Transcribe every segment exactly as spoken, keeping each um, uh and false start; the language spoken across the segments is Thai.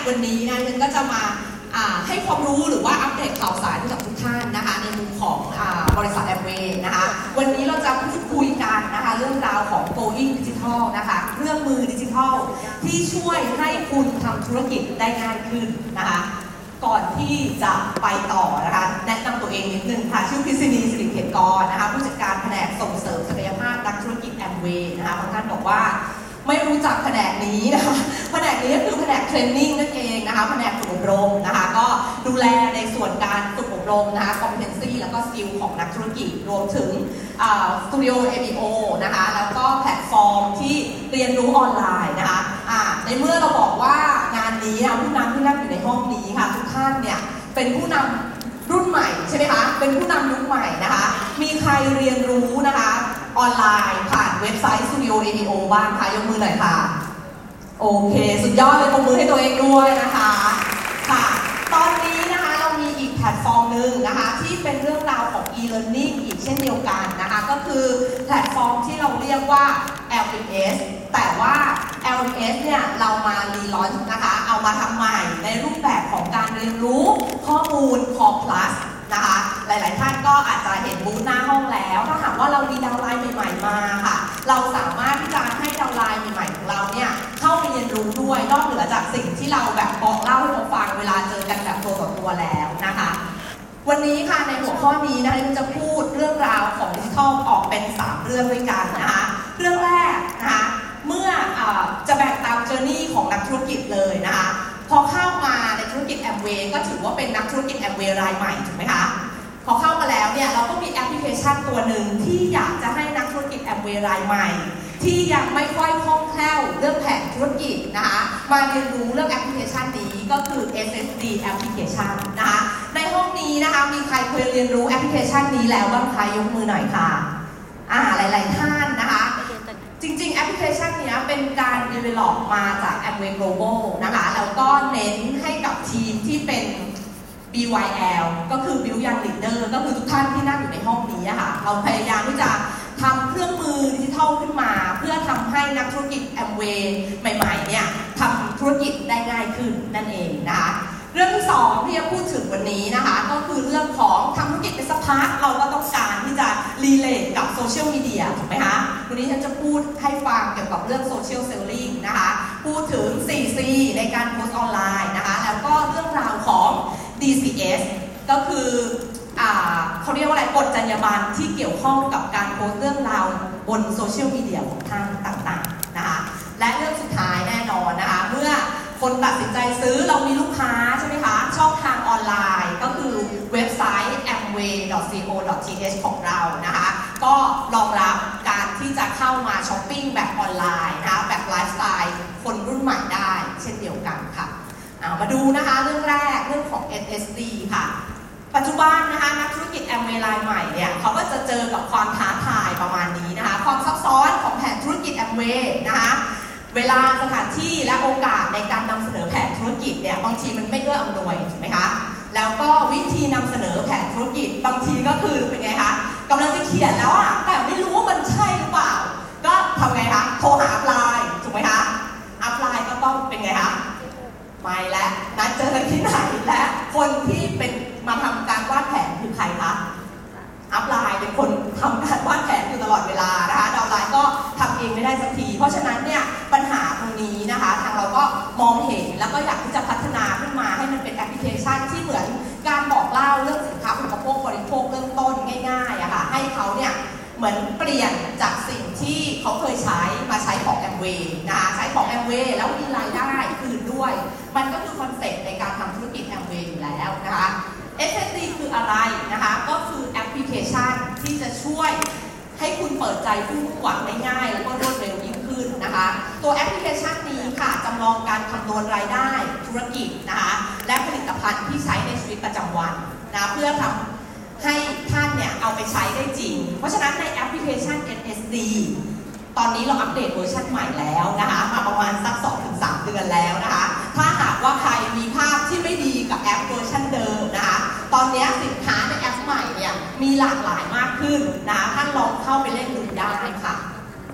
วันนี้นะฉันก็จะมาให้ความรู้หรือว่าอัปเดตข่าวสารกับทุกท่านนะคะในมุมของบริษัทแอมเวย์นะคะวันนี้เราจะพูดคุยกันนะคะเรื่องราวของ Going Digital นะคะเครื่องมือดิจิทัลที่ช่วยให้คุณทำธุรกิจได้ง่ายขึ้นนะคะก่อนที่จะไปต่อนะคะแนะนำตัวเองนิดนึงค่ะชื่อพิษณีสิริเขตกรนะคะผู้จัดการแผนกส่งเสริมศักยภาพนักธุรกิจแอมเวย์นะคะบางท่านบอกว่าไม่รู้จักแผนกนี้นะคะแผนกนี้ก็คือแผนกเทรนนิ่งนั่นเองนะคะแผนกฝึกอบรมนะคะก็ดูแลในส่วนการฝึกอบรมนะคะ competency แล้วก็ skill ของนักธุรกิจรวมถึง Studio เอ บี โอ นะคะแล้วก็แพลตฟอร์มที่เรียนรู้ออนไลน์นะคะในเมื่อเราบอกว่างานนี้ผู้นำที่นั่งอยู่ในห้องนี้ค่ะทุกท่านเนี่ยเป็นผู้นำรุ่นใหม่ใช่ไหมคะเป็นผู้นำยุคใหม่นะคะมีใครเรียนรู้นะคะออนไลน์ผ่านเว็บไซต์ Studio เอ บี โอ บ้างคะยกมือหน่อยค่ะโอเคสุดยอดเลยปรบมือให้ตัวเองด้วยนะคะค่ะตอนนี้นะคะเรามีอีกแพลตฟอร์มหนึ่งนะคะที่เป็นเรื่องราวของ e-learning อีกเช่นเดียวกันนะคะก็คือแพลตฟอร์มที่เราเรียกว่า แอล เอ็ม เอส แต่ว่า แอล เอ็ม เอส เนี่ยเรามารีลอนช์นะคะเอามาทำใหม่ในรูปแบบของการเรียนรู้ข้อมูล Core Plus นะคะหลายๆท่านก็อาจจะเห็นบูธหน้าห้องแล้วถ้าหากว่าเรามีดาวน์ไลน์ใหม่ๆมาค่ะเราสามารถที่จะให้ดาวน์ไลน์ใหม่ๆของเราเนี่ยเข้าไปเรียนรู้ด้วยนอกเหนือจากสิ่งที่เราแบบบอกเล่าให้เราฟังเวลาเจอกันแบบตัวต่อตัวแล้วนะคะวันนี้ค่ะในหัวข้อนี้นะคะจะพูดเรื่องราวของดิจิทัลออกเป็นสามเรื่องด้วยกันนะคะเรื่องแรกนะคะเมื่อจะแบ่งตามเจอร์นี่ของนักธุรกิจเลยนะคะพอเข้ามาในธุรกิจแอมเวย์ก็ถือว่าเป็นนักธุรกิจแอมเวย์รายใหม่ถูกไหมคะพอเข้ามาแล้วเนี่ยเราก็มีแอปพลิเคชันตัวหนึ่งที่อยากจะให้นักธุรกิจแอมเวย์รายใหม่ที่ยังไม่ค่อยคล่องแคล่วเรื่องแผนธุรกิจนะคะมาเรียนรู้เรื่องแอปพลิเคชันนี้ก็คือ เอส เอส ดี แอปพลิเคชันนะคะในห้องนี้นะคะมีใครเคยเรียนรู้แอปพลิเคชันนี้แล้วบ้างคะยกมือหน่อยค่ะอ่าหลายๆท่านนะคะจริงๆแอปพลิเคชันนี้เป็นการ develop มาจาก Amway Global นะคะแล้วก็เน้นให้กับทีมที่เป็น บี วาย แอล ก็คือ Build Young Leader ก็คือทุกท่านที่นั่งอยู่ในห้องนี้ค่ะเราพยายามที่จะทำเครื่องมือดิจิทัลขึ้นมาเพื่อทำให้นักธุรกิจ Amway ใหม่ๆเนี่ยทำธุรกิจได้ง่ายขึ้นนั่นเองนะคะเรื่องที่สองที่จะพูดถึงวันนี้นะคะก็คือเรื่องของทำธุรกิจไปสักพักเราก็ต้องการที่จะรีเลทกับโซเชียลมีเดียถูกไหมคะวันนี้ฉันจะพูดให้ฟังเกี่ยวกับเรื่องโซเชียลเซลลิงนะคะพูดถึง โฟร์ ซี ในการโพสต์ออนไลน์นะคะแล้วก็เรื่องราวของ ดี ซี เอส ก็คืออ่าเขาเรียกว่าอะไรกฎจรรยาบรรณที่เกี่ยวข้องกับการโพสต์เรื่องราวบนโซเชียลมีเดียของท่านต่างๆนะคะและเรื่องสุดท้ายแน่นอนนะคะเมื่อคนตัดสินใจซื้อเรามีลูกค้าใช่ไหมคะช่องทางออนไลน์ก็คือเว็บไซต์ แอมเวย์ ดอท ซี โอ ดอท ที เอช ของเรานะคะก็รองรับการที่จะเข้ามาช้อปปิ้งแบบออนไลน์นะคะแบบไลฟ์สไตล์คนรุ่นใหม่ได้เช่นเดียวกันค่ะเอามาดูนะคะเรื่องแรกเรื่องของ เอส เอส ดี ค่ะปัจจุบันนะคะนักธุรกิจแอมเวย์รายใหม่เนี่ยเขาก็จะเจอกับความท้าทายประมาณนี้นะคะความซับซ้อนของแผนธุรกิจแอมเวย์นะคะเวลาสถานที่และโอกาสในการนำเสนอแผนธุรกิจเนี่ยบางทีมันไม่เอื้ออำนวยถูกไหมคะแล้วก็วิธีนำเสนอแผนธุรกิจบางทีก็คือเป็นไงคะกำลังจะเขียนแล้วอะแต่ไม่รู้ว่ามันใช่หรือเปล่าก็ทำไงคะโทรหาอัพไลน์ถูกไหมคะอัพไลน์ก็ต้องเป็นไงคะไม่และนัดเจอกันที่ไหนและคนที่เป็นมาทำการวาดแผนคือใครคะอัพไลน์เป็นคนทำการวาดแผนอยู่ตลอดเวลานะคะดาวน์ไลน์ก็ทำเองไม่ได้สักทีเพราะฉะนั้นเนี่ยปัญหาตรงนี้นะคะทางเราก็มองเห็นแล้วก็อยากที่จะพัฒนาขึ้นมาให้มันเป็นแอปพลิเคชันที่เหมือนการบอกเล่าเรื่องสินค้าอุปโภคบริโภคเริ่มต้นง่ายๆอะค่ะให้เขาเนี่ยเหมือนเปลี่ยนจากสิ่งที่เขาเคยใช้มาใช้ของแอมเวย์นะคะใช้ของแอมเวย์แล้วมีรายได้คืนด้วยมันก็คือคอนเซ็ปต์ในการทำธุรกิจแอมเวย์อยู่แล้วนะคะ เอส เอส ดี คืออะไรนะคะก็คือแอปพลิเคชันที่จะช่วยให้คุณเปิดใจผู้มุ่งหวังได้ง่ายแล้วก็รวดเร็วยิ่งขึ้นนะคะตัวแอปพลิเคชันนี้ค่ะจำลองการคำนวณรายได้ธุรกิจนะคะและผลิตภัณฑ์ที่ใช้ในชีวิตประจำวันนะเพื่อทำให้ท่านเนี่ยเอาไปใช้ได้จริงเพราะฉะนั้นในแอปพลิเคชัน เอส เอส ดี ตอนนี้เราอัปเดตเวอร์ชันใหม่แล้วนะคะมาประมาณสัก สองถึงสาม เดือนแล้วนะคะถ้าหากว่าใครมีภาพที่ไม่ดีกับแอปเวอร์ชันเดิมนะคะตอนนี้สินค้าในแอปใหม่เนี่ยมีหลากหลายมากขึ้นนะคะท่านลองเข้าไปเล่นดูได้ค่ะ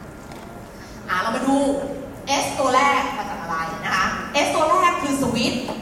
อ่าเรามาดู S ตัวแรกมาจากอะไรนะคะ S ตัวแรกคือสวิตช์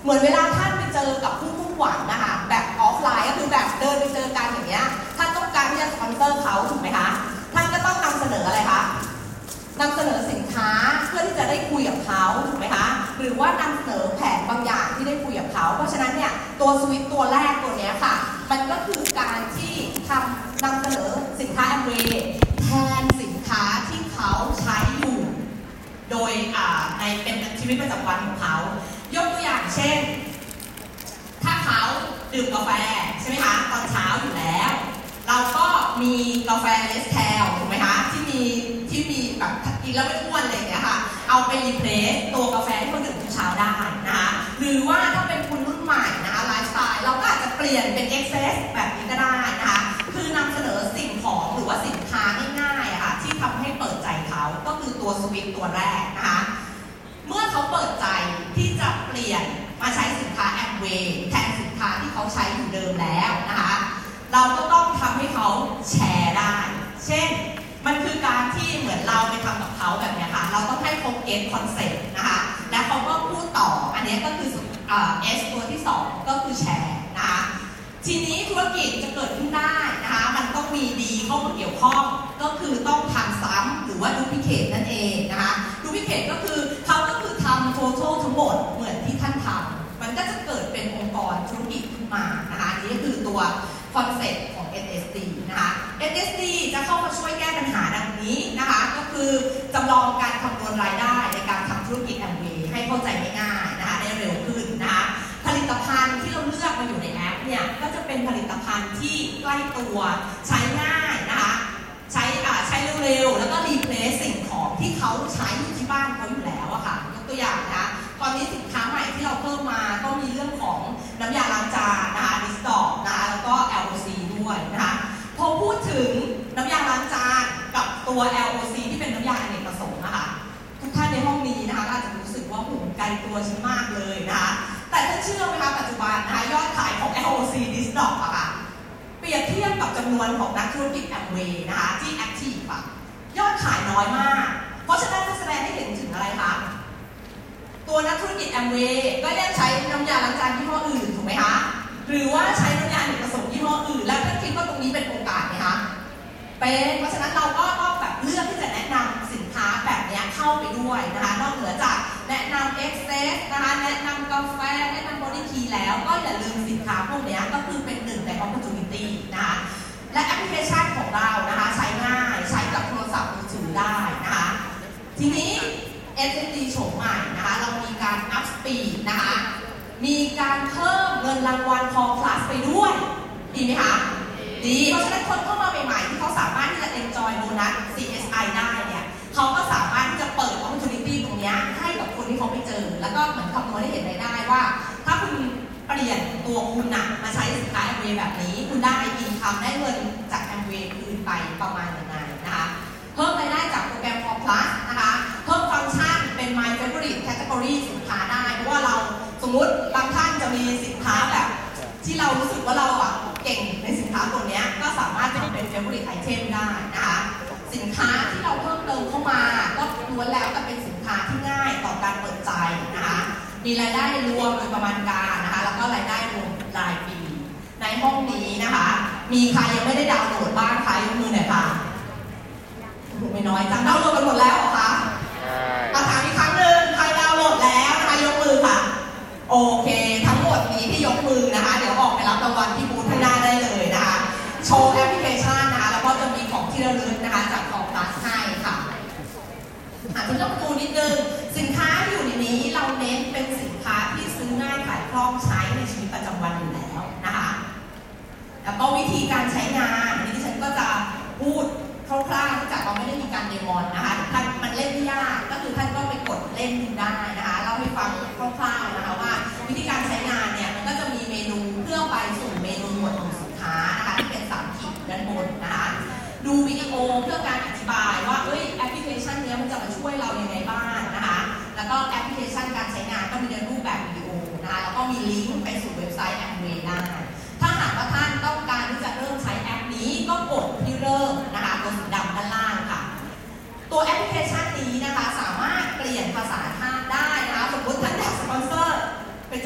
มือนเวลาท่านไปเจอกับผู้มุ่งหวังนะคะแบบออฟไลน์ก็คือแบบเดินไปเจอกันอย่างเงี้ยท่านต้องการที่จะสปอนเซอร์เขาถูกไหมคะท่านก็ต้องนำเสนออะไรคะนำเสนอสินค้าเพื่อที่จะได้คุยกับเขาถูกไหมคะหรือว่านำเสนอแผนบางอย่างที่ได้คุยกับเขาเพราะฉะนั้นเนี่ยตัวสวิตตัวแรกตัวนี้ค่ะมันก็คือการที่ทำนำเสนอสินค้าแอมเวย์แทนสินค้าที่เขาใช้อยู่โดยในเป็นชีวิตประจำวันของเขายกตัวอย่างเช่นถ้าเขาดื่มกาแฟใช่ไหมคะตอนเช้าอยู่แล้วเราก็มีกาแฟเลสแคลถูกไหมคะที่มีที่มีแบบกินแล้วไม่อ้วนอะไรอย่างเงี้ยค่ะเอาไปรีเพลซตัวกาแฟที่เขาดื่มทุกเช้าได้นะคะหรือว่าถ้าเป็นคนรุ่นใหม่นะคะไลฟ์สไตล์เราก็อาจจะเปลี่ยนเป็นเอ็กเซสแบบนี้ก็ได้นะคะคือนำเสนอสิ่งของหรือว่าสินค้าง่ายๆอะค่ะที่ทำให้เปิดใจเขาก็คือตัวสวิตตัวแรกนะคะเมื่อเขาเปิดใจที่จะเปลี่ยนมาใช้สินค้าแอมเวย์แทนสินค้าที่เขาใช้อยู่เดิมแล้วนะคะเราก็ต้องทำให้เขาแชร์ได้เช่นมันคือการที่เหมือนเราไปทำกับเขาแบบนี้ค่ะเราต้องให้เขาเก็ตคอนเซ็ปต์นะคะและเขาก็พูดต่ออันนี้ก็คือเอ่อ S ตัวที่สองก็คือแชร์นะคะทีนี้ธุรกิจจะเกิดขึ้นได้นะคะมันต้องมีดีเข้ามาเกี่ยวข้องก็คือต้องทำซ้ำหรือว่าดูพิเคทนั่นเองนะคะดูพิเคทก็คือเขาก็คือทำโททัลทั้งหมดเหมือนที่ท่านทำมันก็จะเกิดเป็นองค์กรธุรกิจขึ้นมานะคะนี่ก็คือตัวคอนเซ็ปต์ของ เอ็น เอส ดี นะคะ เอ็น เอส ดี จะเข้ามาช่วยแก้ปัญหาดังนี้นะคะก็คือจำลองการคำนวณรายได้ในการทำธุรกิจแอมเวย์ให้เข้าใจง่ายๆนะคะได้เร็วขึ้นนะคะผลิตภัณฑ์ที่เราเลือกมาอยู่ในแอปเนี่ยก็จะเป็นผลิตภัณฑ์ที่ใกล้ตัวใช้ง่ายนะคะใช้ใช้เร็วๆแล้วก็รีเพลซสิ่งของที่เขาใช้อยู่ที่บ้านเขาอยู่แล้วอะค่ะยกตัวอย่างนะตอนนี้สินค้าใหม่ที่เราเพิ่มมาก็มีเรื่องของน้ำยาล้างจานนะคะดิสดอกนะคะแล้วก็ แอล โอ ซี ด้วยนะคะพอพูดถึงน้ำยาล้างจานกับตัว แอล โอ ซี ที่เป็นน้ำยาอเนกประสงค์นะคะทุกท่านในห้องนี้นะคะอาจจะรู้สึกว่าโหไกลตัวฉันมากเลยนะคะแต่ถ้าเชื่อไหมคะปัจจุบันนะคะยอดขายของ แอล โอ ซี ดิสดอกอะค่ะเปรียบเทียบกับจำนวนของนักธุรกิจแอมเวย์นะคะที่แอคทีฟอะยอดขายน้อยมากเพราะฉะนั้นจะแสดงให้เห็นถึงอะไรคะตัวนักธุรกิจแอมเวย์ก็ยังใช้น้ำยาล้างจานยี่ห้ออื่นถูกไหมคะหรือว่าใช้น้ำยาอเนกประสงค์ยี่ห้ออื่นแล้วท่านคิดว่าตรงนี้เป็นโอกาสไหมคะเป็นเพราะฉะนั้นเราก็ต้องแบบเลือกที่จะแนะนำสินค้าแบบนี้เข้าไปด้วยนะคะนอกเหนือจากแนะนำเอ็กเซสนะคะแนะนำกาแฟแนะนำบอดี้ทีแล้วก็อย่าลืมสินค้าพวกนี้ก็คือเป็นหนึ่งใน opportunity นะคะและแอปพลิเคชันของเรานะคะใช้ง่ายใช้กับโทรศัพท์มือถือได้นะคะทีนี้ เอส เอ็ม ดี โฉมใหม่นะคะเรามีการอัพสปีดนะคะมีการเพิ่มเงินรางวัล Call Plus ไปด้วยดีไหมคะดีเพราะฉะนั้นคนเข้ามาใหม่ๆที่เขาสามารถที่จะ enjoy โบนัส ซี เอส ไอ ได้เนี่ยเขาก็สามารถที่จะเปิด opportunity ตรงนี้ให้กับคนที่เขาไปเจอแล้วก็เหมือนคำนวณให้เห็นรายได้ว่าถ้าคุณเปลี่ยนตัวคุณนะมาใช้สินค้าแอมเวย์แบบนี้คุณได้อินคัมได้เงินจากแอมเวย์คืนไปประมาณยังไงนะคะเพิ่มรายได้จากโปรแกรม Call Plus นะคะเพิ่มฟังก์ชันเป็น My Favorite Category สินค้าได้เพราะว่าเราสมมุติบางท่านจะมีสินค้าแบบที่เรารู้สึกว่าเราอ่ะเก่งในสินค้าตัวนี้ก็สามารถทำเป็น Favorite Item ได้นะคะสินค้าที่เราเพิ่มเติมเข้ามาก็ล้วนแล้วแต่เป็นสินค้าที่ง่ายต่อการเปิดใจนะคะมีรายได้รวมโดยประมาณการนะคะแล้วก็รายได้รวมรายปีในห้องนี้นะคะมีใครยังไม่ได้ดาวน์โหลดบ้างคะยกมือหน่อยค่ะไม่น้อยจังดาวน์โหลดกันหมดแล้วเหรอคะเอาถามอีกครั้งหนึ่งใครดาวน์โหลดแล้วนะคะยกมือค่ะโอเคทั้งหมดนี้ที่ยกมือนะคะเดี๋ยวออกไปรับรางวัลที่บูธข้างหน้าได้เลยนะคะโชว์แอปพลิเคชันนะคะแล้วก็จะมีของที่ระลึกนะคะจากของพลัสให้ค่ะอาจจะต้องดูนิดนึงสินค้าที่อยู่ในนี้เราเน้นเป็นสินค้าที่ซื้อง่ายขายคล่องใช้ในชีวิตประจำวันอยู่แล้วนะคะแล้วก็วิธีการใช้งานอันนี้ดิฉันก็จะพูดคร่าวๆเนื่องจากเราไม่ได้มีการเดโมนะคะท่านมันเล่นไม่ยากก็คือท่านก็ไปกดเล่นดูได้นะคะเล่าให้ฟังคร่าวๆนะคะว่าวิธีการใช้งานเนี่ยมันก็จะมีเมนูเพื่อไปสู่เมนูหมวดหมู่สินค้านะคะที่เป็นสามขีดด้านบนนะคะดูวิดีโอเพื่อการอธิบายว่าเอ้ยแอปพลิเคชันนี้มันจะมาช่วยเรายังไงบ้างนะคะแล้วก็แอปพลิเคชันการใช้งานก็มีในรูปแบบวิดีโอนะคะแล้วก็มีลิงก์ไปสู่เว็บไซต์แอมเวย์ได้ถ้าหากว่าท่านต้องการที่จะเริ่มใช้แอปนี้ก็กดที่เริ่มนะคะตัวสีดำด้านล่างค่ะตัวแอปพลิเคชันนี้นะคะสามารถเปลี่ยนภาษาท่าได้นะคะสมมติท่านอยากสปอนเซอร์ไปเจอกับ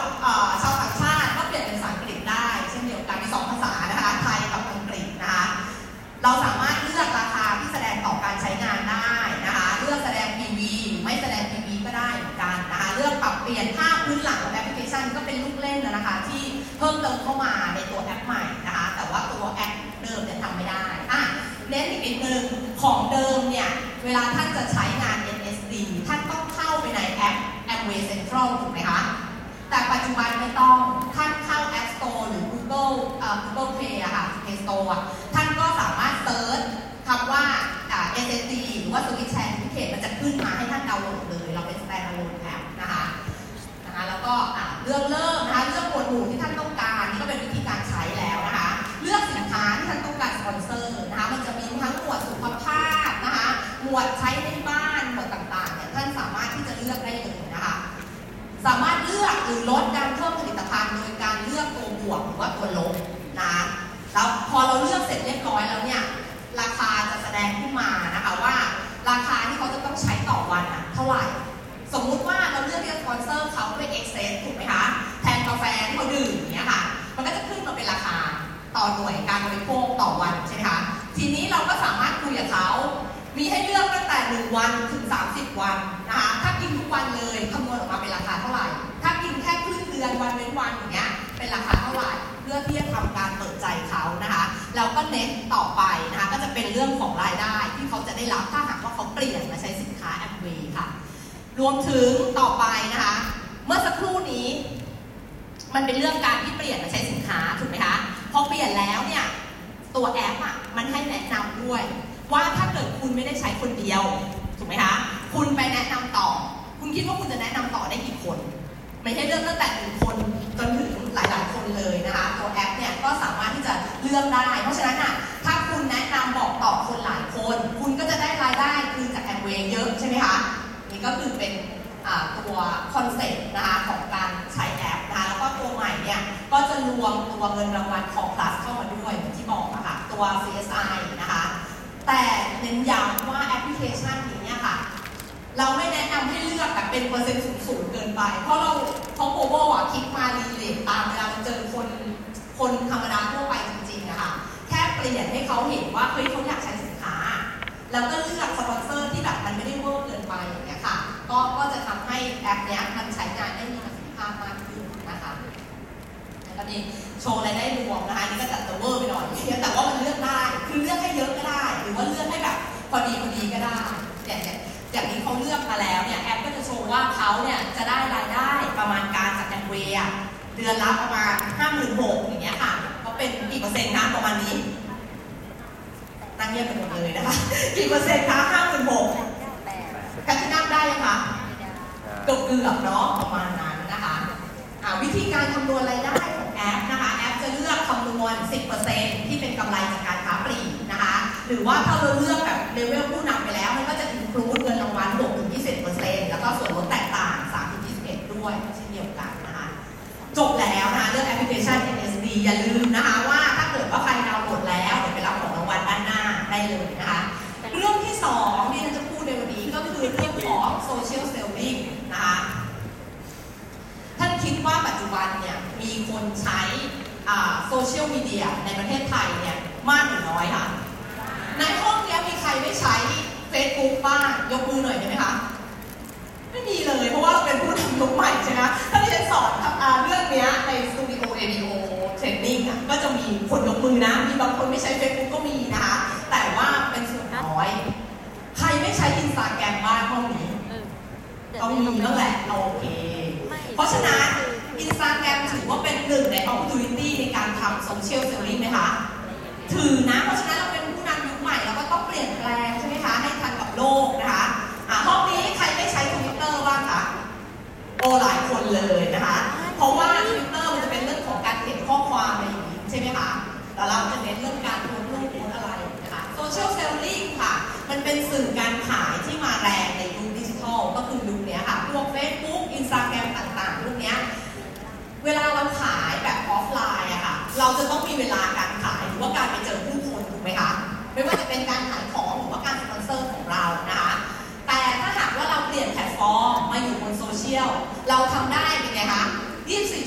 ชาวต่างชาติก็เปลี่ยนเป็นภาษาอังกฤษได้เช่นเดียวกันมีสองภาษานะคะไทยกับอังกฤษนะคะเราสามารถเลือกราคาที่แสดงต่อการใช้งานได้นะคะเลือกแสดง พี วี ไม่แสดง พี วี ก็ได้เหมือนกันนะคะเลือกปรับเปลี่ยนภาพพื้นหลังของแอปพลิเคชันก็เป็นลูกเล่นนะคะที่เพิ่มเติมเข้ามาในตัวแอปใหม่นะคะแต่ว่าตัวแอปเดิมเนี่ยทำไม่ได้อ่ะเน้นอีกนิดนึงของเดิมเนี่ยเวลาท่านจะใช้งาน เอ็น เอส ดี ท่านต้องเข้าไปในแอป Amway Central ถูกไหมคะแต่ปัจจุบันไม่ต้องท่านเข้า App Store หรือ Google เอ่อ Google Play อะค่ะ Play Store อะท่านก็สามารถเซิร์ชคำว่า เอส เอส ดี หรือว่า Switch Share Certificate มันจะขึ้นมาให้ท่านดาวน์โหลดเลยเราเป็น Standalone App นะคะนะคะแล้วก็เลือกเริ่มนะคะเลือกหมวดหมู่ที่ท่านต้องการนี่ก็เป็นวิธีการใช้แล้วนะคะเลือกสินค้าที่ท่านต้องการสปอนเซอร์นะคะมันจะมีทั้งหมวดสุขภาพนะคะหมวดใช้ในบ้านหมวดต่างๆเนี่ยท่านสามารถที่จะเลือกได้เลยนะคะสามารถเลือกหรือลดการเพิ่มผลิตภัณฑ์โดยการเลือกตัวบวกหรือว่าตัวลบนะแล้วพอเราเลือกเสร็จเรียบร้อยแล้วเนี่ยราคาจะแสดงขึ้นมานะคะว่าราคาที่เขาจะต้องใช้ต่อวันอะเท่าไหร่สมมุติว่าเราเลือกที่จะสปอนเซอร์เขาด้วย Excess ถูกไหมคะแทนกาแฟที่เขาดื่มอย่างเงี้ยค่ะมันก็จะขึ้นมาเป็นราคาต่อหน่วยการบริโภคต่อวันใช่ไหมคะทีนี้เราก็สามารถคุยกับเขามีให้เลือกตั้งแต่หนึ่งวันถึงสามสิบวันนะคะถ้ากินทุกวันเลยคำนวณออกมาเป็นราคาเท่าไหร่ถ้ากินแค่ครึ่งเดือนวันเว้นวันอย่างเงี้ยเป็นราคาเท่าไหร่เพื่อที่จะทำการเปิดใจเขานะคะแล้วก็เน้นต่อไปนะคะก็จะเป็นเรื่องของรายได้ที่เขาจะได้รับถ้าหากว่าเขาเปลี่ยนมาใช้สินค้า Amway ค่ะรวมถึงต่อไปนะคะเมื่อสักครู่นี้มันเป็นเรื่องการที่เปลี่ยนมาใช้สินค้าถูกไหมคะพอเปลี่ยนแล้วเนี่ยตัวแอปอ่ะมันให้แนะนำด้วยว่าถ้าเกิดคุณไม่ได้ใช้คนเดียวถูกไหมคะคุณไปแนะนำต่อคุณคิดว่าคุณจะแนะนำต่อได้กี่คนไม่ใช่เรื่องตั้งแต่หนึ่งคนจนถึงหลายๆคนเลยนะคะตัวแอปเนี่ยก็สามารถที่จะเลือกได้เพราะฉะนั้นอ่ะถ้าคุณแนะนำบอกต่อคนหลายคนคุณก็จะได้รายได้คืนจาก Amway เยอะใช่ไหมคะนี่ก็คือเป็นตัวคอนเซ็ปต์นะคะของการใช้แอปนะคะแล้วก็ตัวใหม่เนี่ยก็จะรวมตัวเงินรางวัลของ Plus เข้ามาด้วยเหมือนที่บอกอะค่ะตัว ซี เอส ไอ นะคะแต่เน้นย้ำว่าแอปพลิเคชันนี้เนี่ยค่ะเราไม่แนะนำให้เลือกแบบเป็นเปอร์เซ็นต์สูงๆเกินไปเพราะเราเพราะโกโบอ่ะคิดมารีเลทตามเวลาเราเจอคนคนธรรมดาทั่วไปจริงๆนะคะแค่เปลี่ยนให้เขาเห็นว่าเฮ้ยเขาอยากใช้สินค้าแล้วก็เลือกสปอนเซอร์ที่แบบมันไม่ได้เวอร์เกินไปอย่างเงี้ยค่ะก็ก็จะทำให้แอปเนี้ยมันใช้งานได้มีประสิทธิภาพมากขึ้นนะคะแล้วก็นี่โชว์รายได้รวมนะคะนี่ก็จัดตัวเวอร์ไปหน่อยแต่ว่ามันเลือกได้คือเลือกให้เยอะก็ได้หรือว่าเลือกให้แบบพอดีพอดีก็ได้เนี่ยเนี่ยอย่างนี้เขาเลือกมาแล้วเนี่ยแอปก็จะโชว์ว่าเขาเนี่ยจะได้รายได้ประมาณการจาก Amway เดือนละประมาณ ห้าหมื่นหกพัน อย่างเงี้ยค่ะก็เป็นกี่เปอร์เซ็นต์คะประมาณนี้ตั้งเงียบไปหมดเลยนะคะกี่เปอร์เซ็นต์คะ ห้าหมื่นหกพัน กันที่นั่งได้ยังคะเกือบเกือบเนาะประมาณนั้นนะคะวิธีการคำนวณรายได้ของแอปนะคะแอปจะเลือกคำนวณ สิบเปอร์เซ็นต์ ที่เป็นกำไรจากการค้าปลีกนะคะหรือว่าถ้าเราเลือกแบบเลเวลผู้นำไปแล้วมันก็จะอินคลูดเงินรางวัล หกถึงยี่สิบเปอร์เซ็นต์ แล้วก็ส่วนลดแตกต่าง สามถึงยี่สิบเอ็ด ด้วยเช่นเดียวกันนะคะจบแล้วนะคะเรื่องแอปพลิเคชัน เอ็น เอส ดี อย่าลืมนะคะว่าถ้าเกิดว่าใครดาวน์โหลดแล้วเดี๋ยวไปรับของรางวัลด้านหน้าได้เลยนะคะเรื่องที่สองที่เราจะพูดในวันนี้ก็คือเรื่องของโซเชียลเซลลิงนะคะท่านคิดว่าปัจจุบันเนี่ยมีคนใช้โซเชียลมีเดียในประเทศไทยเนี่ยมากหรือน้อยคะในห้องนี้มีใครไม่ใช้ Facebook บ้างยกมือหน่อยได้ไหมคะไม่มีเลยเพราะว่าเราเป็นผู้นำยุคใหม่ใช่ไหมถ้าที่ฉันสอนเรื่องนี้ในสตูดิโอเอดีโอเทรนนิ่งก็จะมีคนยกมือนะมีบางคนไม่ใช้ Facebook ก็มีนะคะแต่ว่าเป็นส่วนน้อยใครไม่ใช้ Instagram บ้างห้องนี้ต้องมีแล้วแหละโอเคเพราะฉะนั้น Instagram ถือว่าเป็นหนึ่งใน opportunity ในการทำ social selling ไหมคะถือนะเพราะฉะนั้นเราเป็นผู้นำยุคใหม่เราก็ต้องเปลี่ยนแปลงใช่ไหมคะให้ทันกับโลกนะคะห้องนี้ใครไม่ใช้ Twitter บ้างคะโอ้หลายคนเลยนะคะเพราะว่า Twitter มันจะเป็นเรื่องของการเขียนข้อความอะไรอย่างนี้ใช่ไหมคะแต่เราจะเน้นเรื่องการโพสต์รูปโพสต์อะไรนะคะ social selling ค่ะมันเป็นสื่อการขายที่มาแรงในยุคดิจิทัลก็คือยุคนี้ค่ะพวก Facebook Instagram ต่างๆพวกนี้เวลาเราขายแบบออฟไลน์อะค่ะเราจะต้องมีเวลาการขายหรือว่าการไปเจอผู้คนถูกไหมคะไม่ว่าจะเป็นการขายของหรือว่าการสปอนเซอร์ของเรานะคะแต่ถ้าหากว่าเราเปลี่ยนแพลตฟอร์มมาอยู่บนโซเชียลเราทำได้เป็นไงคะยี่สิบสี่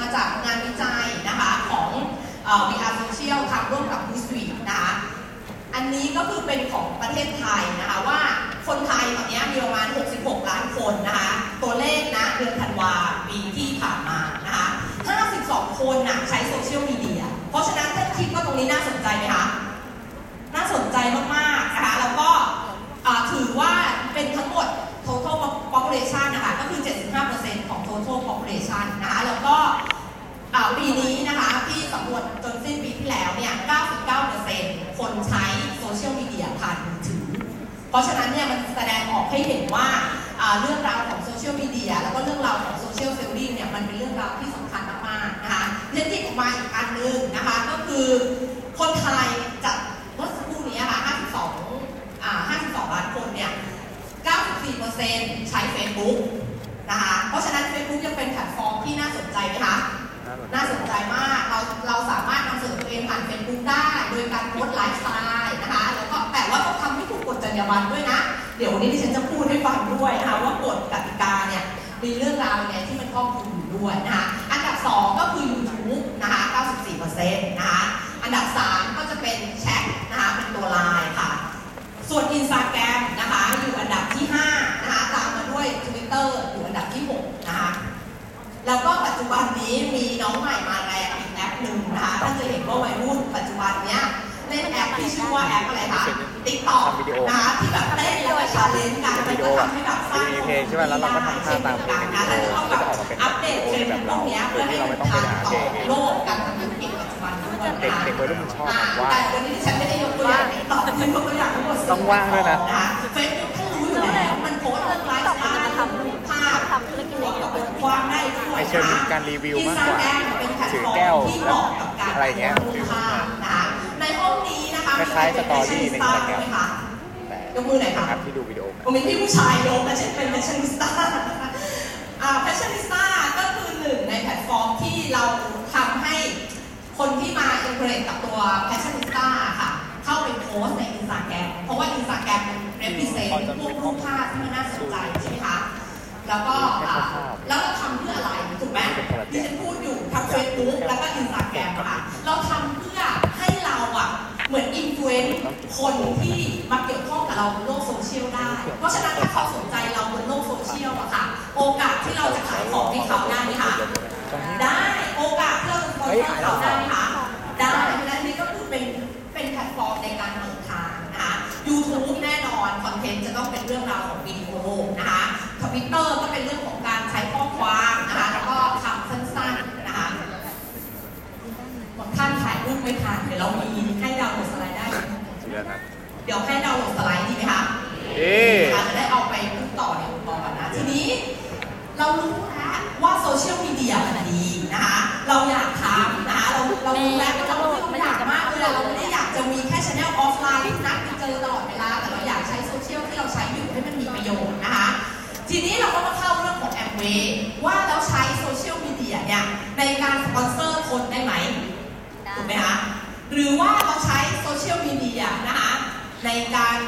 มาจากงานวิจัยนะคะของเอ่อ วี อาร์ Social ทำร่วมกับ Newsweek นะคะอันนี้ก็คือเป็นของประเทศไทยนะคะว่าคนไทยตอนนี้มีประมาณหกสิบหกล้านคนนะคะตัวเลขนะเดือนธันวาปีที่ผ่านมานะคะห้าสิบสองคนนะใช้โซเชียลมีเดียเพราะฉะนั้นท่านคิดว่าตรงนี้น่าสนใจไหมคะน่าสนใจมากๆนะคะแล้วก็ถือว่าเป็นทั้งหมด total population นะคะก็คือ เจ็ดสิบห้าเปอร์เซ็นต์ ของ total population นะคะแล้วก็ปีนี้นะคะที่สำรวจจนสิ้นปีที่แล้วเนี่ย เก้าสิบเก้าเปอร์เซ็นต์ คนใช้โซเชียลมีเดียผ่านมือถือเพราะฉะนั้นเนี่ยมันแสดงออกให้เห็นว่าเรื่องราวของโซเชียลมีเดียแล้วก็เรื่องราวของโซเชียลเซลลิ่งเนี่ยมันเป็นเรื่องราวที่สำคัญมากๆนะคะเรื่องที่ออกมาอีกอันนึงนะคะก็คือคนไทยจากเมื่อสักครู่นี้ค่ะห้าสิบสองอ่าห้าสิบสองล้านคนเนี่ย เก้าสิบสี่เปอร์เซ็นต์ ใช้ Facebook นะคะเพราะฉะนั้น Facebook ยังเป็นแพลตฟอร์มที่น่าสนใจไหมคะน่าสนใจมากเราเราสามารถนำเสนอตัวเองผ่าน Facebook ได้โดยการโพสต์ไลฟ์สไตล์นะคะแล้วก็แต่ว่าต้องทำให้ถูกกฎจรรยาบรรณด้วยนะเดี๋ยววันนี้ดิฉันจะพูดให้ฟังด้วยนะคะว่ากฎกติกาเนี่ยมีเรื่องราวยังไงที่มันครอบคลุมอยู่ด้วยนะคะอันดับสองก็คือ YouTube นะคะ เก้าสิบสี่เปอร์เซ็นต์ นะคะอันดับสามก็จะเป็นแชทนะคะเป็นตัวไลน์ค่ะส่วน Instagram นะคะอยู่อันดับที่ห้านะคะตามมาด้วย Twitter อยู่อันดับที่หกนะคะแล้วก็ปัจจุบันนี้มีน้องใหม่มาแรงอีกแอปหนึ่งนะคะท่านจะเห็นว่าวัยรุ่นปัจจุบันเนี้ยเล่นแอปที่ชื่อว่าแอปอะไรคะ TikTok นะคะที่แบบเต้นแล้วก็ชาเลนจ์กันมันก็ทำให้แบบสร้างคอมมูนิตี้ได้แล้วเราก็ทำท่าตามเพลงนะแล้วก็แบบอัปเดตเทรนด์พวกนี้เพื่อให้มันทันต่อโลกการทำธุรกิจปัจจุบันด้วยนะคะเด็กๆวัยรุ่นชอบว่าแต่วันนี้ดิฉันไม่ได้ยกตัวอย่าง TikTok ฉันยกตัวอย่างทั้งหมดต้องว่างด้วยนะเฟซบุ๊กท่านรู้อยู่แล้วมันโพสต์เรื่องไลฟ์สไตล์ภาพตัวกับบทความได้ด้วยไม่เชิงการรีวิวมากกว่าถือแก้วแล้วอะไรเงี้ยในห้องนี้นะคะคล้ายๆสตอรี่ในอินสตาแกรมยกมือหน่อยค่ะที่ดูวิดีโอผมเป็นที่ผู้ชายยกและฉันเป็นแฟชั่นนิสต้าอ่าแฟชั่นนิสต้าก็คือหนึ่งในแพลตฟอร์มที่เราทำให้คนที่มาอินเทอร์เน็ตกับตัวแฟชั่นนิสต้าค่ะเข้าไปโพสในอินสตาแกรมเพราะว่าอินสตาแกรมมันเรปพิเศษพวกรูปภาพที่มันน่าสนใจใช่ไหมคะแล้วก็แล้วเราทำเพื่ออะไรถูกไหมที่ฉันพูดอยู่ทำเฟซบุ๊กแล้วก็อินสตาแกรมค่ะเราทำเพื่อให้เราอะเหมือนอินฟลูเอนซ์คนที่มาเกี่ยวข้องกับเราบนโลกโซเชียลได้เพราะฉะนั้นถ้าเขาสนใจเราบนโลกโซเชียลอะค่ะโอกาสที่เราจะขายของให้เขาได้ไหมคะได้โอกาสที่เราจะขายของเขาได้ไหมคะได้และนี่ก็คือเป็นเป็นแพลตฟอร์มในการเปิดทางนะคะ YouTube แน่นอนคอนเทนต์จะต้องเป็นเรื่องราวของวิดีโอนะคะ Twitter ก็เป็นเรื่องของการใช้ข้อความนะคะแล้วก็คำสั้นๆนะคะบางท่านถ่ายรูปไม่ทันเดี๋ยวเรามีให้ดาวน์โหลดสไลด์ได้เดี๋ยวให้ดาวน์โหลดสไลด์ดีไหมคะจะได้เอาไปพูดต่อในองค์กรนะทีนี้เรารู้แล้วว่าโซเชียลมีเดียมันดีนะคะเราอยากทำนะคะเราเรารู้แล้วว่าเราไม่อยากมากเลยเราไม่ได้อยากจะมีแค่ช anel ออฟไลน์ที่นัดไปเจอตลอดเวลาแต่เราอยากใช้โซเชียลที่เราใช้อยู่ให้มันมีประโยชน์นะคะทีนี้เราก็มาเข้าเรื่องของแอมเวย์ว่าแล้วใช้โซเชียลมีเดียเนี่ยในการสปอนเซอร์คนได้ไหมถูกไหมคะหรือว่าเราใช้โซเชียลมีเดียนะคะในการ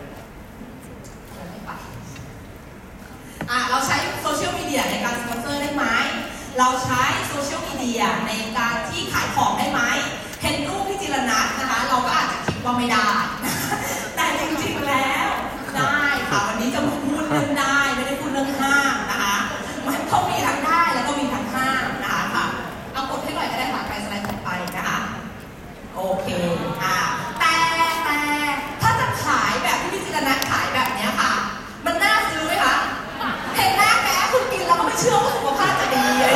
อ่ะเราใช้โซเชียลมีเดียในการสปอนเซอร์ได้ไหมเราใช้โซเชียลมีเดียในการที่ขายของได้ไหมเห็นรูปพี่จิรนัทนะคะเราก็อาจจะคิดว่าไม่ได้แต่จริงๆแล้วได้ค่ะวันนี้จะมาพูดเรื่องได้ไม่ได้พูดเรื่องห้ามนะคะมันเขามีทั้งได้แล้วก็มีทั้งห้ามนะคะค่ะเอากดให้หน่อยก็ได้ค่ะไปสไลด์ถัดไปนะคะโอเคอ่ะแต่แต่ถ้าจะขายแบบที่พี่จิรนัทขายแบบนี้ค่ะมันน่าซื้อไหมคะเห็นหน้าแม้คุณกินแล้วก็ไม่เชื่อว่าสุขภาพจะดีเลย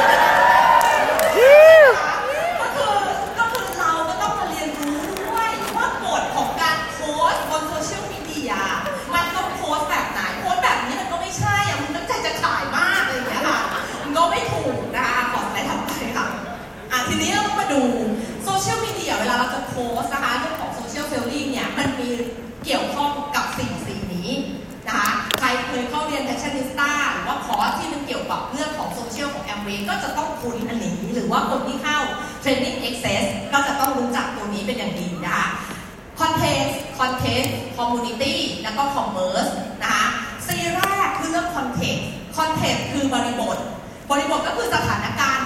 ก็คือก็คือเราก็ต้องมาเรียนรู้ด้วยว่ากฎของการโพสต์บนโซเชียลมีเดียมันต้องโพสต์แบบไหนโพสต์แบบนี้มันก็ไม่ใช่อะมันตั้งใจจะขายมากเลยเนี่ยค่ะมันก็ไม่ถูกนะคะขอสไลด์ถัดไปค่ะอ่ะทีนี้เรามาดูโซเชียลมีเดียเวลาเราจะโพสต์นะคะเรื่องของโซเชียลเซลลิ่งเนี่ยมันมีเกี่ยวข้องกับสิ่งสิ่งนี้นะคะใครเคยเข้าเรียนแฟชั่นนิสต้าหรือว่าคอร์สที่มันเกี่ยวกับเรื่องของโซเชียลของแอมเวย์ก็จะต้องคุ้นอันนี้หรือว่าคนที่เข้า Training Access ก็จะต้องรู้จักตัวนี้เป็นอย่างดีนะคะ Content Content Community แล้วก็ Commerce นะคะซีแรกคือเรื่อง Content Content คือบริบทบริบทก็คือสถานการณ์โด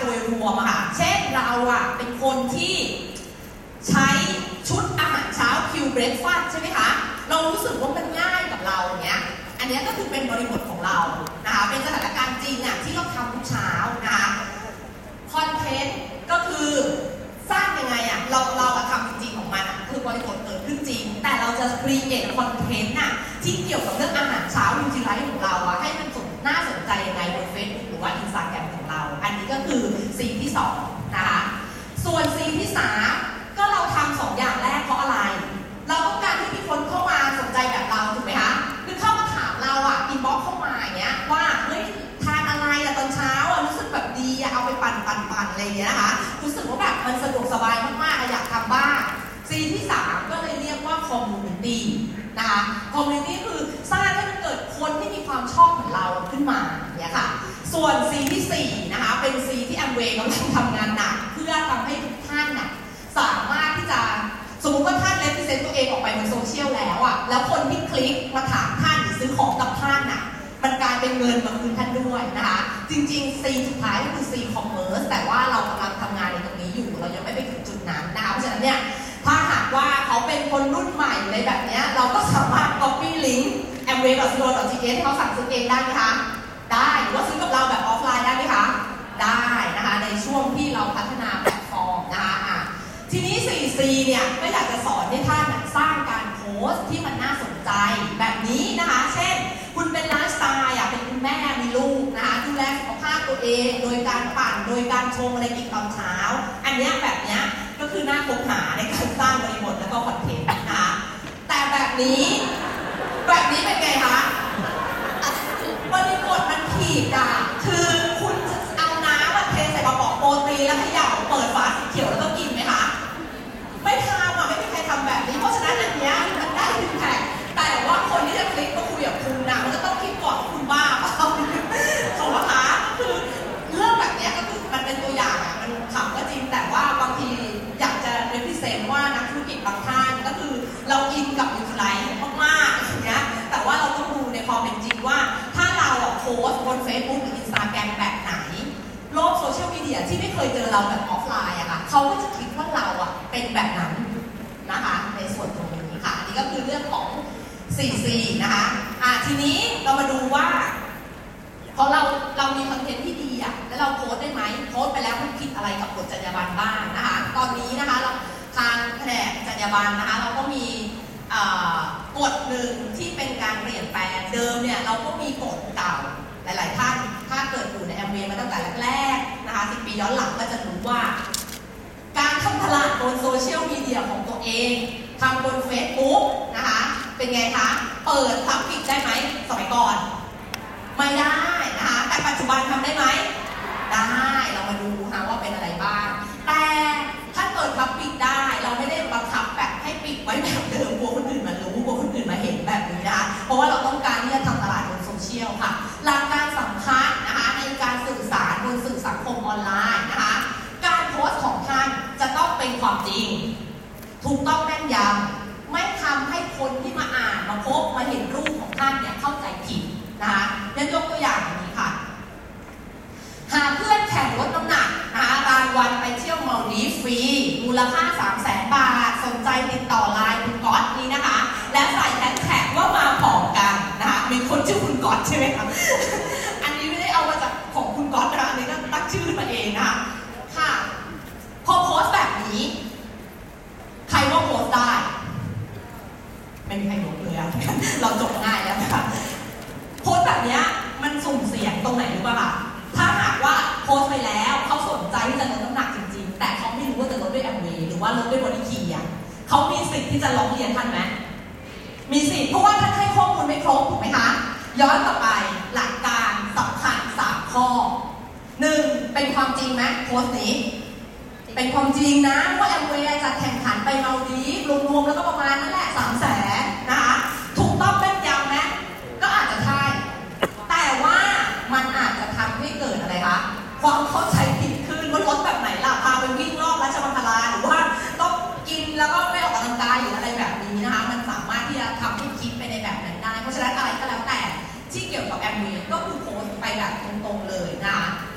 โดยรวมอะค่ะเช่นเราอะเป็นคนที่ใช้ชุดอาหารเช้าคิวเบรคฟาสต์ใช่ไหมคะเรารู้สึกว่ามันง่ายกับเราอย่างเงี้ยอันนี้ก็คือเป็นบริบทของเรานะคะเป็นสถานการณ์จริงอะที่เราทำทุกเช้านะคะคอนเทนต์ก็คือสร้างยังไงอะเราเราอะทำจริงๆของมันอะคือบริบทเกิดขึ้นจริงแต่เราจะครีเอทคอนเทนต์อะที่เกี่ยวกับเรื่องอาหารเช้ายูทิไลท์ของเราอะให้มันสนน่าสนใจยังไงบนเฟซบุ๊กหรือว่าอินสตาแกรมของเราอันนี้ก็คือซีที่สองนะคะส่วนซีที่สามก็เราทำสองอย่างแรกเพราะอะไรเราต้องการที่มีคนเข้ามาสนใจแบบเราถูกไหมคะคือเข้ามาถามเราอะอินบ็อกซ์เข้ามาอย่างเงี้ยว่าเฮ้ยทานอะไรอะตอนเช้าอะรู้สึกแบบดีอะเอาไปปั่นปั่นปั่นอะไรอย่างเงี้ยนะคะรู้สึกว่าแบบมันสะดวกสบายมากๆอยากทำบ้างซีที่สามก็เลยเรียกว่าคอมมูนิตี้นะคะคอมมูนิตี้คือสร้างให้มันเกิดคนที่มีความชอบเหมือนเราขึ้นมาเนี่ยค่ะส่วนซีที่สี่นะคะเป็นซีที่แอมเวย์กำลังทำงานหนักเพื่อทำให้ทุกท่านน่ะสามารถที่จะสมมติว่าท่านเลพิเซนต์ตัวเองออกไปบนโซเชียลแล้วอ่ะแล้วคนที่คลิกมาถามท่านหรือซื้อของกับท่านน่ะมันกลายเป็นเงินมาคืนท่านด้วยนะคะจริงๆซีสุดท้ายก็คือซีคอมเมอร์สแต่ว่าเรากำลังทำงานในตรงนี้อยู่เรายังไม่ไปถึงจุดนั้นนะคะเพราะฉะนั้นเนี่ยถ้าหากว่าเขาเป็นคนรุ่นใหม่ในแบบนี้เราก็สามารถ copy link แอมเวย์ ดอท ซี โอ ดอท ที เอช ให้เขาสั่งซื้อเองได้ไหมคะได้หรือว่าซื้อกับเราแบบออฟไลน์ได้ไหมคะได้นะคะในช่วงที่เราพัฒนาแพลตฟอร์มนะคะอ่ะทีนี้ โฟร์ ซี เนี่ยก็อยากจะสอนให้ท่านสร้างการโพสต์ที่มันน่าสนใจแบบนี้นะคะเช่นคุณเป็นไลฟ์สไตล์อ่ะเป็นคุณแม่มีลูกนะคะดูแลสุขภาพตัวเองโดยการปั่นโดยการชงอะไรกินตอนเช้าอันเนี้ยแบบเนี้ยก็คือน่าคบหาในการสร้างบริบทและก็คอนเทนต์นะคะแต่แบบนี้แบบนี้เป็นไงคะบริบทมันผิดอ่ะคือคุณเอาน้ำมาเทใส่กระป๋องโปรตีนแล้วเขย่าเปิดฝาสีเขียวแล้วก็กินไหมคะไม่ทำอ่ะไม่มีใครทำแบบนี้เพราะฉะนั้นอันเนี้ยมันได้อิมแพคแต่ว่าคนที่จะคลิกมาคุยกับคุณนะมันจะต้องคิดก่อนว่าคุณบ้าเปล่าถูกไหมคะคือเรื่องแบบนี้ก็คือมันเป็นตัวอย่างอ่ะมันขำก็จริงแต่ว่าบางทีอยากจะเรพิเซนต์ว่านักธุรกิจบางท่านก็คือเราอินกับยูทิไลท์มากๆอย่างเงี้ยแต่ว่าเราต้องดูในความเป็นจริงว่าถ้าเราอ่ะโพสต์บน Facebook หรือ Instagram แบบไหนโลกโซเชียลมีเดียที่ไม่เคยเจอเราแบบออฟไลน์อะค่ะเขาก็จะคิดว่าเราอะเป็นแบบนั้นนะคะในส่วนตรงนี้ค่ะอันนี้ก็คือเรื่องของ โฟร์ ซี นะคะอ่ะทีนี้เรามาดูว่าพอเราเรามีคอนเทนต์ที่ดีอะแล้วเราโพสต์ได้ไหมโพสต์ไปแล้วมันผิดอะไรกับกฎจรรยาบรรณบ้างนะคะตอนนี้นะคะเราทางแผนกจรรยาบรรณนะคะเราก็มีกฎหนึ่งที่เป็นการเปลี่ยนแปลงเดิมเนี่ยเราก็มีกฎเก่าหลายๆท่านถ้าเกิดอยู่ในแอมเวย์มาตั้งแต่แรกๆนะคะสิบปีย้อนหลังก็จะรู้ว่าการทำตลาดบนโซเชียลมีเดียของตัวเองทำบน Facebook นะคะเป็นไงคะเปิดพับปิดได้ไหมสมัยก่อนไม่ได้นะคะแต่ปัจจุบันทำได้ไหมได้เรามาดูค่ะว่าเป็นอะไรบ้างแต่ถ้าเปิดพับปิดได้เราไม่ได้บังคับแบบให้ปิดไว้แบบเดิมกลัวคนอื่นมารู้กลัวคนอื่นมาเห็นแบบนี้นะคะเพราะว่าเราต้องการที่จะทำตลาดบนโซเชียลค่ะหลักการสำคัญนะคะในการสื่อสารบนสื่อสังคมออนไลน์นะคะการโพสต์ของท่านจะต้องเป็นความจริงถูกต้องแม่นยำไม่ทำให้คนที่มาอ่านมาพบมาเห็นรูปของท่านเนี่ยเข้าใจผิดนะคะยกตัวอย่างอย่างนี้ค่ะหาเพื่อนแข่งลดน้ำหนักนะคะรางวัลไปเที่ยวมัลดีฟฟรีมูลค่า สามแสน บาทสนใจติดต่อไลน์คุณก๊อตนี้นะคะและใส่แฮชแท็กว่ามาพร้อมกันนะคะมีคนชื่อคุณก๊อตใช่ไหมคะอันนี้ไม่ได้เอามาจากของคุณก๊อตนะคะอันนี้ก็ตั้งชื่อมาเองนะคะค่ะพอโพสต์แบบนี้ใครว่าโพสต์ได้ไม่มีใครยกเลยอะเราจบง่ายแล้วนะคะโพสต์แบบนี้มันสุ่มเสี่ยงตรงไหนรู้ป่ะคะถ้าหากว่าโพสต์ไปแล้วเขาสนใจที่จะลดน้ำหนักจริงๆแต่เขาไม่รู้ว่าจะลดด้วยแอมเวย์หรือว่าลดด้วยบอดี้คีย์อ่ะเขามีสิทธิ์ที่จะร้องเรียนท่านไหมมีสิทธิ์เพราะว่าท่านให้ข้อมูลไม่ครบถูกไหมคะย้อนกลับไปหลักการสำคัญสามข้อหนึ่งเป็นความจริงไหมโพสต์นี้เป็นความจริงนะว่าแอมเวย์จะแข่งขันไปเมาดีฟรวมๆแล้วก็ประมาณนั่นแหละสามแสนนะคะถูกต้องแม่นยำไหมก็อาจจะใช่แต่ว่ามันอาจจะทำให้เกิดอะไรคะความเข้าใจผิดขึ้นว่าลดแบบไหนล่ะพาไปวิ่งรอบราชมังคลาหรือว่าต้องกินแล้วก็ไม่ออกกำลังกายหรืออะไรแบบนี้นะคะมันสามารถที่จะทำให้คิดไปในแบบนั้นได้เพราะฉะนั้นอะไรก็แล้วแต่ที่เกี่ยวกับแอมเวย์ก็คือโพสต์ไปแบบตรงๆเลยนะคะท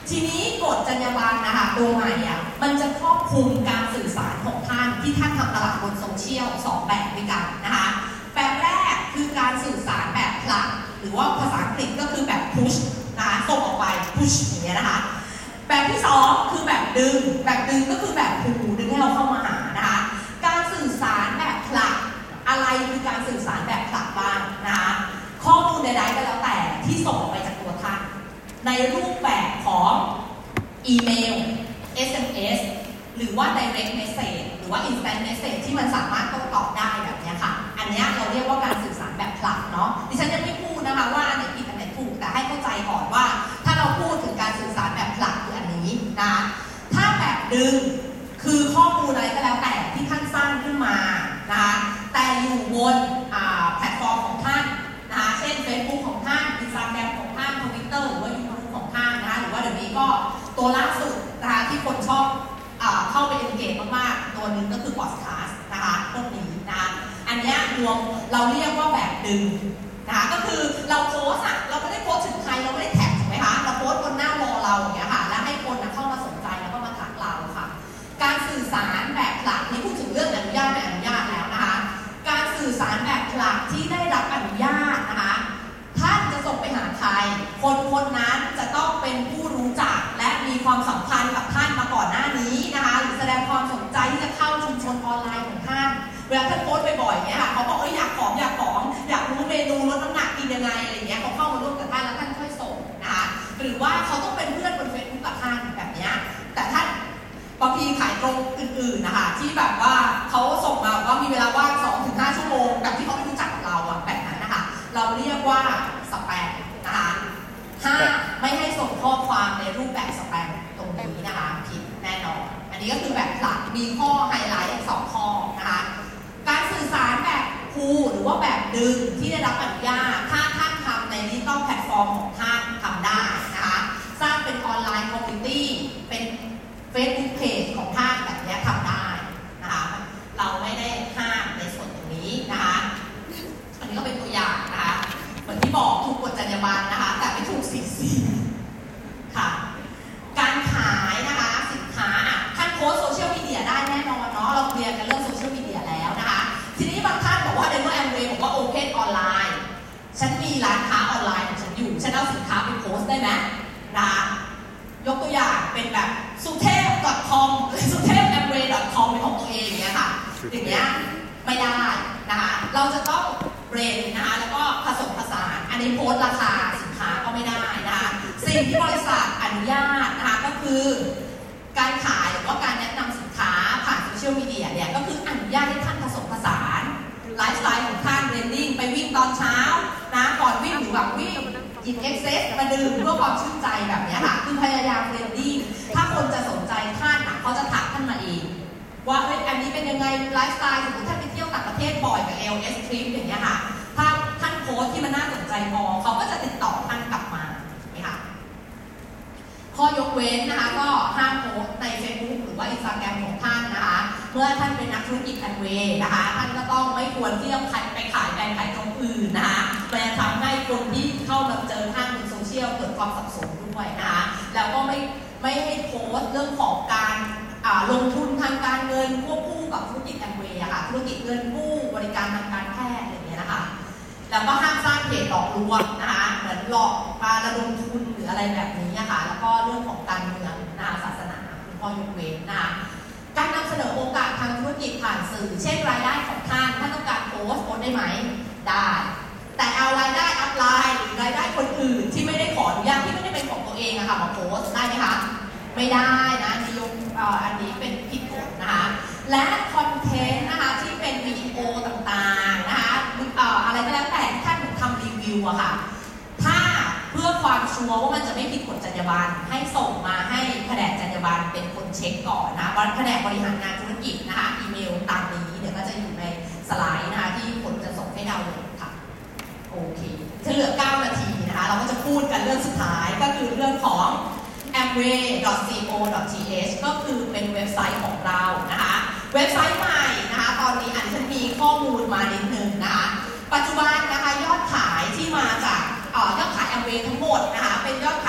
ทีนี้กฎจรรยาบรรณนะคะตัวใหม่อ่ะมันจะครอบคลุมการสื่อสารของท่านที่ท่านทำตลาดบนโซเชียลสองแบบด้วยกันนะคะแบบแรกคือการสื่อสารแบบพลักหรือว่าภาษาอังกฤษก็คือแบบ push นะคะส่งออกไป push อย่างเงี้ยนะคะแบบที่สองคือแบบดึงแบบดึงก็คือแบบผูดึงให้เราเข้ามาหานะคะการสื่อสารแบบผลักอะไรคือการสื่อสารแบบผลักบ้างนะคะข้อมูลใดๆก็แล้วแต่ที่ส่งออกไปจากตัวท่านในรูปแบบของอีเมล เอส เอ็ม เอส หรือว่า direct message หรือว่า instant message ที่มันสามารถโต้ตอบได้แบบนี้ค่ะอันนี้เราเรียกว่าการสื่อสารแบบผลักเนาะดิฉันจะไม่พูดนะคะว่าอันไหนผิดอันไหนถูกแต่ให้เข้าใจก่อนว่าถ้าเราพูดถึงการสื่อสารแบบผลักคืออันนี้นะถ้าแบบดึงคือข้อมูลอะไรก็แล้วแต่ที่ท่านสร้างขึ้นมานะคะแต่อยู่บนแพลตฟอร์มของท่านนะคะเช่น Facebook ของท่าน Instagram ของท่าน Twitter หรือว่า YouTube ของท่านนะคะหรือว่าเดี๋ยวนี้ก็ตัวล่าสุดนะคะที่คนชอบเข้าไป engage มากๆตัวนึงก็คือ podcast นะคะพวกนี้นะคะอันนี้รวมเราเรียกว่าแบบดึงนะคะก็คือเราโพสอะเราไม่ได้โพสถึงใครเราไม่ได้แท็กถูกไหมคะเราโพสบนหน้าวอลเราอย่างเงี้ยค่ะแล้วให้คนเข้ามาสนใจแล้วก็มาทักเราค่ะการสื่อสารแบบผลักนี่พูดถึงเรื่องอนุญาตไม่อนุญาตแล้วนะคะการสื่อสารแบบผลักที่ได้รับอนุญาตนะคะท่านจะส่งไปหาใครคนคนนั้นจะต้องเป็นผู้รู้จักและมีความสัมพันธ์กับท่านมาก่อนหน้านี้นะคะหรือแสดงความสนใจที่จะเข้าชุมชนออนไลน์ของท่านเวลาท่านโพสต์บ่อยๆเนี่ยค่ะเขาบอกเอออยากผอมอยากผอมอยากรู้เมนูลดน้ำหนักกินยังไงอะไรเงี้ยเขาเข้ามาร่วมกับท่านแล้วท่านค่อยส่งนะคะหรือว่าเขาต้องเป็นเพื่อนบนเฟซบุ๊กกับท่านแบบนี้แต่ท่านบางทีขายตรงอื่นๆนะคะที่แบบว่าเขาส่งมาว่ามีเวลาว่าง สองถึงห้า ชั่วโมงแบบที่เขาไม่รู้จักกับเราอะแบบนั้นนะคะเราเรียกว่าสแปมนะคะห้าไม่ให้ส่งข้อความในรูปแบบสแปมตรงนี้นะคะผิดแน่นอนอันนี้ก็คือแบบหลักมีข้อไฮไลท์สองข้อนะคะการสื่อสารแบบพูหรือว่าแบบดึงที่ได้รับอนุญาตถ้าท่านทำในดิจิตอลแพลตฟอร์มของท่านทำได้นะคะสร้างเป็นออนไลน์คอมมูนิตี้เป็น Facebook Page ของท่านแบบนี้ทำได้นะคะเราไม่ได้ห้ามในส่วนตรงนี้นะคะอันนี้ก็เป็นตัวอย่างนะคะเหมือนที่บอกถูกกฎจรรยาบรรณนะคะแต่ไม่ถูกสิทธิ์ค่ะการขายนะคะสินค้าท่านโพสโซเชียลมีเดียได้แน่นอนเนาะเราเคลียร์กันเรื่องโซเชียลมีเดียแล้วนะคะทีนี้บางท่านบอกว่าในเมื่อแอมเวย์บอกว่าโอเพนออนไลน์ฉันมีร้านค้าออนไลน์ของฉันอยู่ฉันเอาสินค้าไปโพสได้ไหมนะคะยกตัวอย่างเป็นแบบสุเทพ .com สุเทพ แอมเวย์ .com เป็นของตัวเองอย่างเงี้ยค่ะอย่างเงี้ยไม่ได้นะคะเราจะต้องเบรนนะคะแล้วก็ผสมผสานอันนี้โพสราคาสินค้าก็ไม่ได้นะคะสิ่งที่บริษัทอนุญาตนะคะก็คือการขายหรือว่าการแนะนำสินค้าผ่านโซเชียลมีเดียเนี่ยก็คืออนุญาตให้ท่านผสมผสานไลฟ์สไตล์ของท่านเรนดิ้งไปวิ่งตอนเช้านะก่อนวิ่งหรือหลังวิ่งหยิบเอ็กเซสมาดื่มเพื่อความชื่นใจแบบนี้ค่ะคือพยายามเรนดิ้งถ้าคนจะสนใจท่านเขาจะทักท่านมาเองว่าเฮ้ยอันนี้เป็นยังไงไลฟ์สไตล์สมมติท่านไปเที่ยวต่างประเทศบ่อยกับ แอล เอส Trip อย่างเงี้ยค่ะถ้าท่านโพสที่มันน่าสนใจพอเขาก็จะติดต่อท่านกลับมาไหมคะข้อยกเว้นนะคะก็ห้ามโพสใน Facebook หรือว่า Instagram ของท่านนะคะเมื่อท่านเป็นนักธุรกิจแอมเวย์นะคะท่านก็ต้องไม่ควรที่จะไปขายแบรนด์ขายตรงอื่นนะคะมันจะทำให้คนที่เข้ามาเจอท่านบนโซเชียลเกิดความสับสนด้วยนะคะแล้วก็ไม่ไม่ให้โพสเรื่องของการลงทุนทางการเงินควบคู่กับธุรกิจแอมเวย์ค่ะธุรกิจเงินกู้บริการทางการแพทย์อะไรอย่างเงี้ยนะคะแล้วก็ห้ามสร้างเพจหลอกลวงนะคะเหมือนหลอกมาระดมทุนหรืออะไรแบบนี้ค่ะแล้วก็เรื่องของการเมืองนะคะศาสนาคือข้อยกเว้นนะคะการนำเสนอโอกาสทางธุรกิจผ่านสื่อเช่นรายได้ของท่านท่านต้องการโพสต์โพสต์ได้ไหมได้แต่เอารายได้อัพไลน์หรือรายได้คนอื่นที่ไม่ได้ขออนุญาตที่ไม่ได้เป็นของตัวเองอะค่ะมาโพสต์ได้ไหมคะไม่ได้นะนิยมอันนี้เป็นผิดกฎนะคะและคอนเทนต์นะคะที่เป็นวิดีโอต่างๆนะคะอะไรก็แล้วแต่ท่านเหมือนทำรีวิวอะค่ะถ้าเพื่อความชัวร์ว่ามันจะไม่ผิดกฎจรรยาบรรณให้ส่งมาให้แผนกจรรยาบรรณเป็นคนเช็คก่อนนะว่าแผนกบริหารงานธุรกิจนะคะอีเมลตามนี้เดี๋ยวก็จะอยู่ในสไลด์นะคะที่ผลจะส่งให้ดาวน์โหลดค่ะโอเคถ้าเหลือเก้านาทีนะคะเราก็จะพูดกันเรื่องสุดท้ายก็คือเรื่องของ แอมเวย์ ดอท ซี โอ ดอท ที เอช ก็คือเป็นเว็บไซต์ของเรานะคะเว็บไซต์ใหม่นะคะตอนนี้อันฉันมีข้อมูลมานิดนึงนะคะปัจจุบันนะคะยอดขายที่มาจากยอดขายแอมเวย์ทั้งหมดนะคะเป็นยอดขายจากแอมเว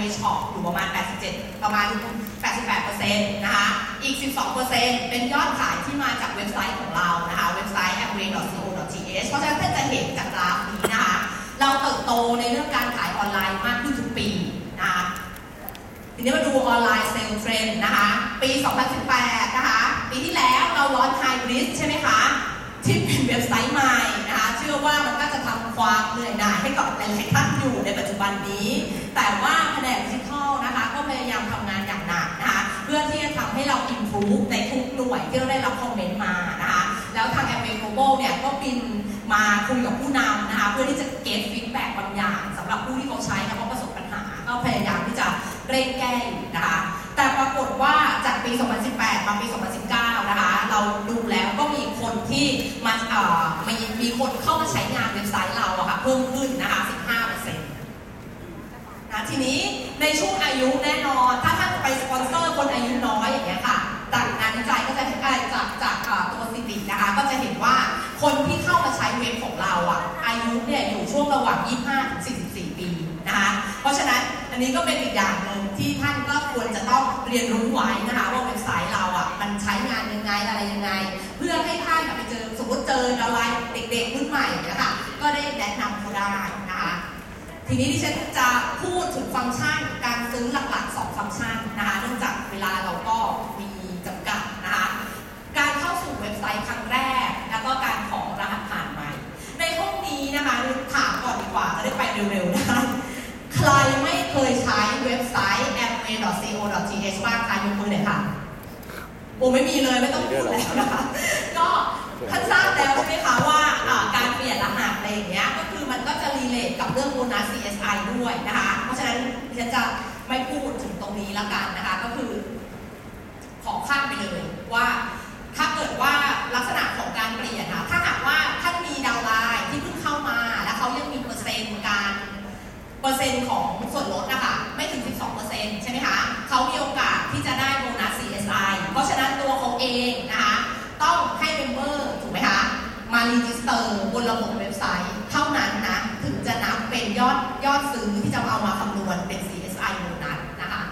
Amway Shop อยู่ประมาณแปดสิบเจ็ดประมาณ แปดสิบแปดเปอร์เซ็นต์ นะคะอีก สิบสองเปอร์เซ็นต์ เป็นยอดขายที่มาจากเว็บไซต์ของเรานะคะเว็บไซต์ แอมเวย์ ดอท ซี โอ ดอท ที เอช เพราะฉะนั้นท่านจะเห็นจากกราฟนี้นะคะเราเติบโตในเรื่องการขายออนไลน์มากขึ้นทุกปีนะคะทีนี้มาดูออนไลน์เซลล์เทรนด์นะคะปี สองพันสิบแปด นะคะปีที่แล้วเราลอนช์ Hybrid ใช่ไหมคะที่เป็นเว็บไซต์ใหม่นะคะเชื่อว่ามันก็จะทำความเหนื่อยหน่ายให้กับหลายๆท่านอยู่ในปัจจุบันนี้แต่ว่าแผนกดิจิทัลนะคะก็พยายามทำงานอย่างหนักนะคะเพื่อที่จะทำให้เรา improve ในทุกหน่วยที่เราได้รับคอมเมนต์มานะคะแล้วทาง Amway Global เนี่ยก็บินมาคุยกับผู้นำนะคะเพื่อที่จะ get feedback บางอย่างสำหรับผู้ที่เขาใช้แล้วก็ประสบปัญหาก็พยายามที่จะเร่งแก้อยู่นะคะแต่ปรากฏว่าจากปี สองพันสิบแปด มาปี สองพันสิบเก้า นะคะเราดูแล้วก็มีคนที่มาเอ่อมีมีคนเข้ามาใช้งานเว็บไซต์เราอะค่ะเพิ่มขึ้นนะคะ สิบห้าเปอร์เซ็นต์ นะทีนี้ในช่วงอายุแน่นอนถ้าท่านไปสปอนเซอร์คนอายุน้อยอย่างเงี้ยค่ะจากงานวิจัยก็จะเห็นอะไรจากจากตัวสถิตินะคะก็จะเห็นว่าคนที่เข้ามาใช้เว็บของเราอะอายุเนี่ยอยู่ช่วงระหว่าง ยี่สิบห้าถึงสี่สิบสี่ ปีนะคะเพราะฉะนั้นอันนี้ก็เป็นอีกอย่างหนึ่งที่ท่านก็ควรจะต้องเรียนรู้ไว้นะคะว่าเว็บไซต์เราอ่ะมันใช้งานยังไงอะไรยังไงเพื่อให้ท่านไปเจอสมมติเจออะไรเด็กๆรุ่นใหม่นะคะก็ได้แนะนำเขาได้นะคะทีนี้ดิฉันจะพูดถึงฟังก์ชันการซื้อหลักๆสองฟังก์ชันนะคะเนื่องจากเวลาเราก็มีจำกัดนะคะการเข้าสู่เว็บไซต์ครั้งแรกแล้วก็การขอรหัสผ่านใหม่ในห้องนี้นะคะถามก่อนดีกว่าจะได้ไปเร็วๆนะคะใครไม่เคยใช้เว็บไซต์ แอมเวย์ ดอท ซี โอ ดอท ที เอช บ้างคะยกมือหน่อยค่ะโอ้ไม่มีเลยไม่ต้องพูดแล้วนะคะก็ท่านทราบแล้วใช่ไหมคะว่าการเปลี่ยนรหัสอะไรอย่างเงี้ยก็คือมันก็จะรีเลทกับเรื่องโบนัส ซี เอส ไอ ด้วยนะคะเพราะฉะนั้นฉันจะไม่พูดถึงตรงนี้แล้วกันนะคะก็คือขอข้ามไปเลยว่าถ้าเกิดว่าลักษณะของการเปลี่ยนค่ะถ้าหากว่าท่านมีดาวน์ไลน์ที่เพิ่งเข้ามาแล้วเขายังมีเปอร์เซ็นต์การเปอร์เซ็นต์ของส่วนลดนะคะไม่ถึง สิบสองเปอร์เซ็นต์ ใช่ไหมคะเขามีโอกาสที่จะได้โบนัส ซี เอส ไอ เพราะฉะนั้นตัวเขาเองนะคะต้องให้เมมเบอร์ถูกไหมคะมารีจิสเตอร์บนระบบเว็บไซต์เท่านั้นนะถึงจะนับเป็นยอดยอดซื้อที่จะเอามาคำนวณเป็น ซี เอส ไอ โบนัสนะคะ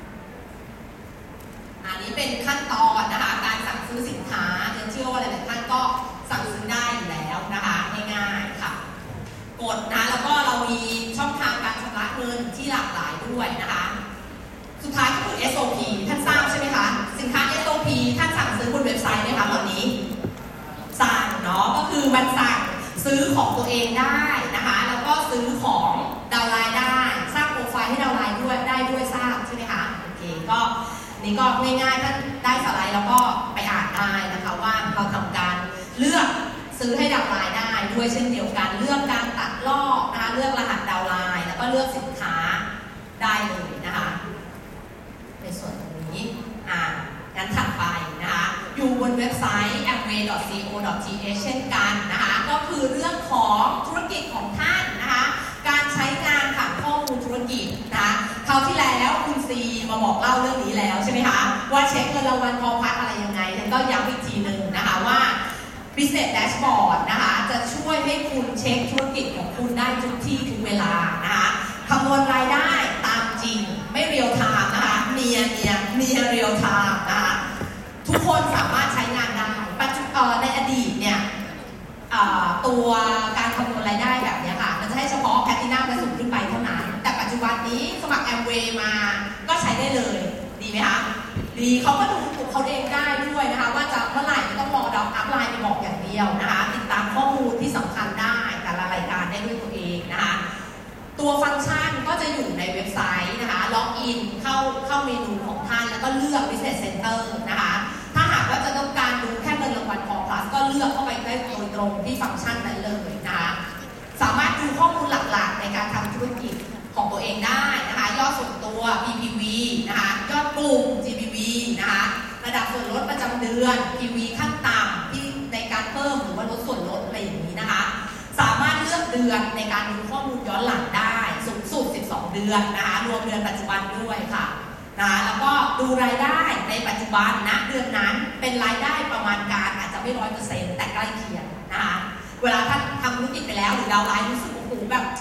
อันนี้เป็นขั้นตอนนะคะการสั่งซื้อสินค้าฉันเชื่อว่าหลายๆท่านก็สั่งซื้อได้อยู่แล้วนะคะง่ายๆค่ะกดนะแล้วก็เรามีช่องทางการชำระเงินที่หลากหลายด้วยนะคะสุดท้ายก็คือ เอส โอ พี ท่านทราบใช่ไหมคะสินค้า เอส โอ พี ท่านสั่งซื้อบนเว็บไซต์ไหมคะตอนนี้สั่งเนาะก็คือมันสั่งซื้อของตัวเองได้นะคะแล้วก็ซื้อของดาวน์ไลน์ได้สร้างโปรไฟล์ให้ดาวน์ไลน์ด้วยได้ด้วยทราบใช่ไหมคะโอเคก็นี่ก็ง่ายๆท่านได้สไลด์แล้วก็ไปอ่านได้นะคะว่าเราทำการเลือกซื้อให้ดาวน์ไลน์ได้ด้วยเช่นเดียวกันเลือกการตัดลอกนะคะเลือกรหัสดาวน์ไลน์แล้วก็เลือกสินค้าได้เลยนะคะในส่วนตรงนี้อ่างั้นถัดไปนะคะอยู่บนเว็บไซต์ แอมเวย์ ดอท ซี โอ ดอท ที เอช เช่นกันนะคะก็คือเรื่องของธุรกิจของท่านนะคะการใช้งานผ่านข้อมูลธุรกิจนะคราวที่แล้วคุณซีมาบอกเล่าเรื่องนี้แล้วใช่ไหมคะว่าเช็คเงินรางวัลพอพัดอะไรยังไงฉันก็ย้ำอีกทีหนึ่งนะคะว่า Business Dashboard นะคะจะช่วยให้คุณเช็คธุรกิจของคุณได้ทุกที่ทุกเวลานะคะคำนวณรายได้ตามจริงไม่เรียลไทม์นะคะเนียเนียเนียเรียลไทม์นะคะทุกคนสามารถใช้งานได้ปัจจุบันในอดีตเนี่ยตัวการคำนวณรายได้แบบนี้ค่ะมันจะให้เฉพาะแพลตินัมและสูงขึ้นไปเท่านั้นแต่ปัจจุบันนี้สมัคร Amway มาก็ใช้ได้เลยดีไหมคะดีเขาก็ดูถูกเขาเองได้ด้วยนะคะว่าจะเมื่อไหร่ไม่ต้องรอดาวอัพไลน์ไปบอกอย่างเดียวนะคะติดตามข้อมูลที่สำคัญได้แต่ละรายการได้ด้วยตัวเองนะคะตัวฟังก์ชันก็จะอยู่ในเว็บไซต์นะคะล็อกอินเข้าเข้าเมนูของท่านแล้วก็เลือก Business Center นะคะถ้าหากว่าจะต้องการดูแค่เงินรางวัลของ Plus ก็เลือกเข้าไปได้โดยตรงที่ฟังก์ชันนั้นเลยนะคะสามารถดูข้อมูลหลักๆในการทำธุรกิจของตัวเองได้นะคะยอดส่วนตัว พี พี วี นะคะยอดกลุ่ม จี พี วี นะคะระดับส่วนลดประจำเดือน พี วี ขั้นต่ำที่ในการเพิ่มหรือว่าลดส่วนลดอะไรอย่างนี้นะคะสามารถเลือกเดือนในการดูข้อมูลย้อนหลังได้สูงสุดสิบสองเดือนนะคะรวมเดือนปัจจุบันด้วยค่ะนะแล้วก็ดูรายได้ในปัจจุบันณเดือนนั้นเป็นรายได้ประมาณการอาจจะไม่ร้อยเปอร์เซ็นต์แต่ใกล้เคียงนะคะเวลาท่านทำธุรกิจไปแล้วหรือดาวน์ไลน์รู้สึกโอ้โหแบบ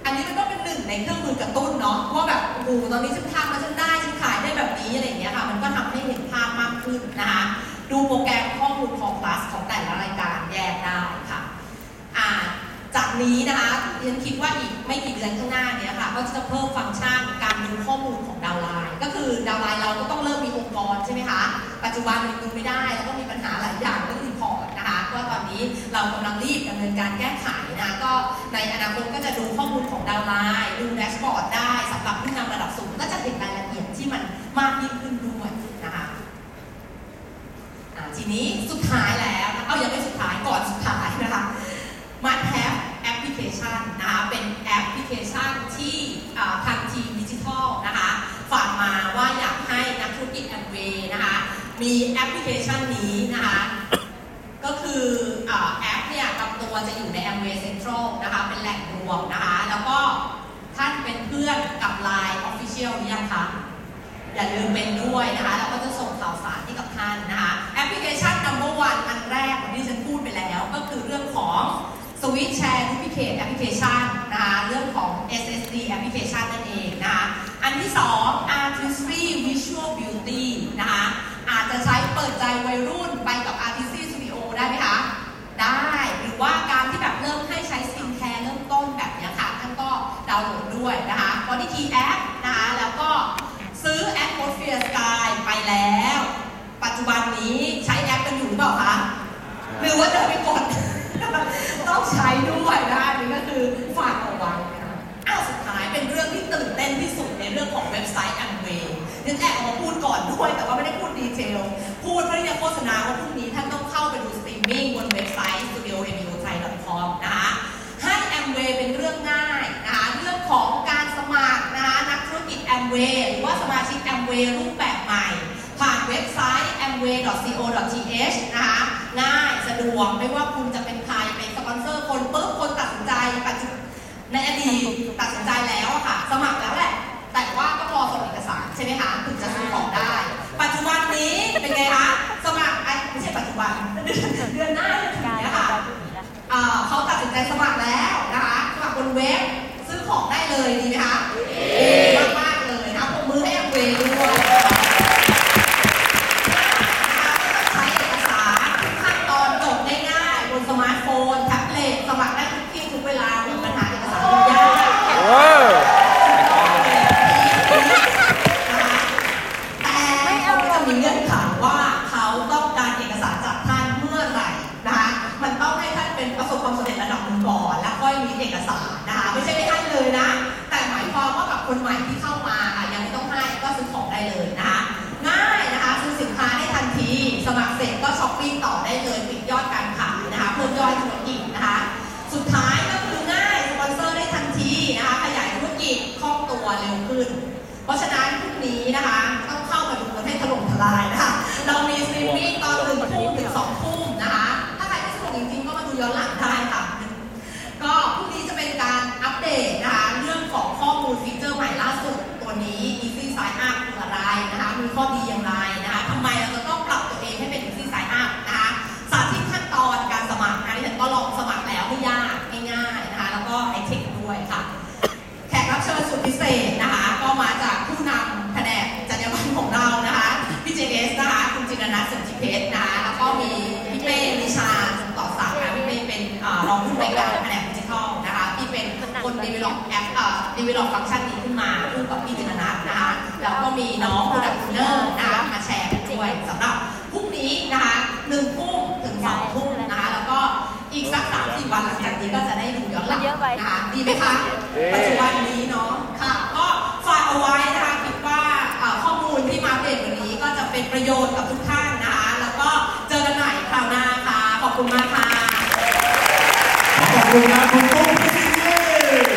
อันนี้มันก็เป็นหนึ่งในเครื่องมือกระตุ้นเนาะว่าแบบโอ้โหตอนนี้ฉันทำมาฉันได้ฉันขายได้แบบนี้อะไรอย่างเงี้ยค่ะมันก็ทำให้เห็นภาพมากขึ้นนะคะดูโปรแกรมข้อมูลของคลาสของแต่ละรายการแยกได้ค่ะอ่าจากนี้นะคะฉันคิดว่าอีกไม่กี่เดือนข้างหน้าเนี่ยค่ะก็จะเพิ่มฟังก์ชันการดูข้อมูลของดาวไลน์ก็คือดาวไลน์เราก็ต้องเริ่มมีองค์กรใช่ไหมคะปัจจุบันมันดูไม่ได้แล้วก็มีปัญหาหลายอย่างเรื่องรีพอร์ตนะคะก็ตอนนี้เรากำลังรีบดำเนินการแก้ไขนะก็ในอนาคตก็จะดูข้อมูลของดาวไลน์ดูแดชบอร์ดได้สำหรับผู้นำระดับสูงก็จะเห็นรายละเอียดที่มันมากยิ่งขึ้นด้วยนะคะทีนี้สุดท้ายแล้วเอายังไม่สุดท้ายก่อนสุดท้ายนะคะมาแทบแอปพลิเคชันนะคะเป็นแอปพลิเคชันที่ทางทีมดิจิทัลนะคะฝากมาว่าอยากให้นักธุรกิจแอมเวย์นะคะมีแอปพลิเคชันนี้นะคะก็คือแอปเนี่ยกับตัวจะอยู่ใน Amway Central นะคะเป็นแหล่งรวมนะคะแล้วก็ท่านเป็นเพื่อนกับ ไลน์ Official หรือยังคะอย่าลืมเป็นด้วยนะคะแล้วก็จะส่งข่าวสารให้กับท่านนะคะแอปพลิเคชัน number one อันแรกที่ฉันพูดไปแล้วก็คือเรื่องของ Switch Share Duplicate Application นะคะเรื่องของ เอส เอส ดี Application นั่นเองนะคะอันที่สอง Artistry Visual Beauty นะคะอาจจะใช้เปิดใจวัยรุ่นไปกับ Artistry Studio ได้ไหมคะได้หรือว่าการที่แบบเริ่มให้ใช้สกินแคร์เริ่มต้นแบบนี้ค่ะท่านก็ดาวน์โหลดด้วยนะคะ Body Key App นะคะแล้วก็ซื้อ Atmosphere Sky ไปแล้วปัจจุบันนี้ใช้แอปกันอยู่หรือเปล่าคะหรือว่าเดินไปกด ต้องใช้ด้วยนะคะนี่ก็คือฝากเอาไว้นะคะอ้าวสุดท้ายเป็นเรื่องที่ตื่นเต้นที่สุดในเรื่องของเว็บไซต์ Amway ยังแอบออกมาพูดก่อนด้วยแต่ว่าไม่ได้พูดดีเทลพูดเพื่อที่จะโฆษณาว่าพรุ่งนี้ท่านต้องเข้าไปดูสตรีมมิ่งบนเว็บไซต์ สตูดิโอ เอ็ม ยู ไทย ดอท คอม นะคะให้ Amway เป็นเรื่องง่ายนะคะเรื่องของการสมัครนะคะนักธุรกิจ Amway หรือว่าสมาชิก Amway รูปแบบใหม่ผ่านเว็บไซต์ แอมเวย์ ดอท ซี โอ ดอท ที เอช นะคะง่ายสะดวกไม่ว่าคุณจะเป็นใครเป็นสปอนเซอร์คนปุ๊บคนตัดสินใจปัจจุบันในอดีตตัดสินใจแล้วค่ะสมัครแล้วแหละแต่ว่าก็รอส่งเอกสารใช่ไหมคะถึงจะซื้อของได้ปัจจุบันนี้เป็นไงคะสมัครไอ้ไม่ใช่ปัจจุบันเดือนหน้าจะถึงเนี่ยค่ะเขาตัดสินใจสมัครแล้วนะคะสมัครบนเว็บซื้อของได้เลยดีไหมคะดีมากๆเลยนะปรบมือให้ Amway ด้วยสมาร์ทโฟนแท็บเล็ตสมัครได้ทุกที่ทุกเวลาไม่มีปัญหาเอกสารยุ่งยากแต่เขาก็จะมีเงื่อนไขว่าเขาต้องการเอกสารจากท่านเมื่อไหร่นะคะมันต้องให้ท่านเป็นประสบความสำเร็จระดับหนึ่งก่อนแล้วค่อยมีเอกสารนะคะไม่ใช่ไม่ให้เลยนะแต่หมายความว่ากับคนใหม่ที่เข้ามาค่ะยังไม่ต้องให้ก็ซื้อของได้เลยนะคะง่ายนะคะซื้อสินค้าได้ทันทีสมัครเสร็จก็ช้อปปิ้งต่อได้เลยปิดยอดการขายนะคะเพิ่มยอดธุรกิจนะคะสุดท้ายก็คือง่ายสปอนเซอร์ได้ทันทีนะคะขยายธุรกิจคล่องตัวเร็วขึ้นเพราะฉะนั้นพรุ่งนี้นะคะต้องเข้ามาดูกันให้ถล่มทลายนะคะเรามีสตรีมมิ่งตอนหนึ่งทุ่มถึงสองทุ่มนะคะถ้าใครไม่สนุกจริงๆก็มาดูย้อนหลังได้ค่ะก็พรุ่งนี้จะเป็นการอัปเดตนะคะเรื่องของข้อมูลฟีเจอร์ใหม่ล่าสุดตัวนี้ Easy Sign Up คืออะไรนะคะมีข้อดีอย่างไรนะคะทำไมเราจะต้องปรับตัวเองให้เป็น Easy Sign Up นะคะสาธิตขั้นตอนการสมัครนะที่ฉันก็ลองสมัครแล้วไม่ยากง่ายๆนะคะแล้วก็ไอเทคด้วยค่ะแขกรับเชิญสุดพิเศษนะคะก็มาจากผู้นำแผนกจรรยาบรรณของเรานะคะพี่เจเอสนะคะคุณจินนัทสุนทรเพชรนะคะแล้วก็มีพี่เป้นิชาต่อศักดิ์นะพี่เป้เป็นรองผู้อำนวยการแผนกดิจิทัลนะคะที่เป็นคน develop แอป develop ฟังก์ชันนี้ขึ้นมาคู่กับพี่จินนัทนะคะแล้วก็มีน้องผู้ดับเนอร์นะคะมาแชร์ด้วยสำหรับพรุ่งนี้นะคะหนึ่งทุ่มถึงสองทุ่มนะคะแล้วก็อีกสักสามสี่วันหลังจากนี้ก็จะได้ดูย้อนหลังนะคะดีไหมคะปัจจุบันนี้เนาะค่ะก็ฝากเอาไว้นะคะคิดว่าข้อมูลที่มาอัปเดตวันนี้ก็จะเป็นประโยชน์กับทุกท่านนะคะแล้วก็เจอกันใหม่คราวหน้าค่ะขอบคุณมากค่ะขอบคุณนะคุณ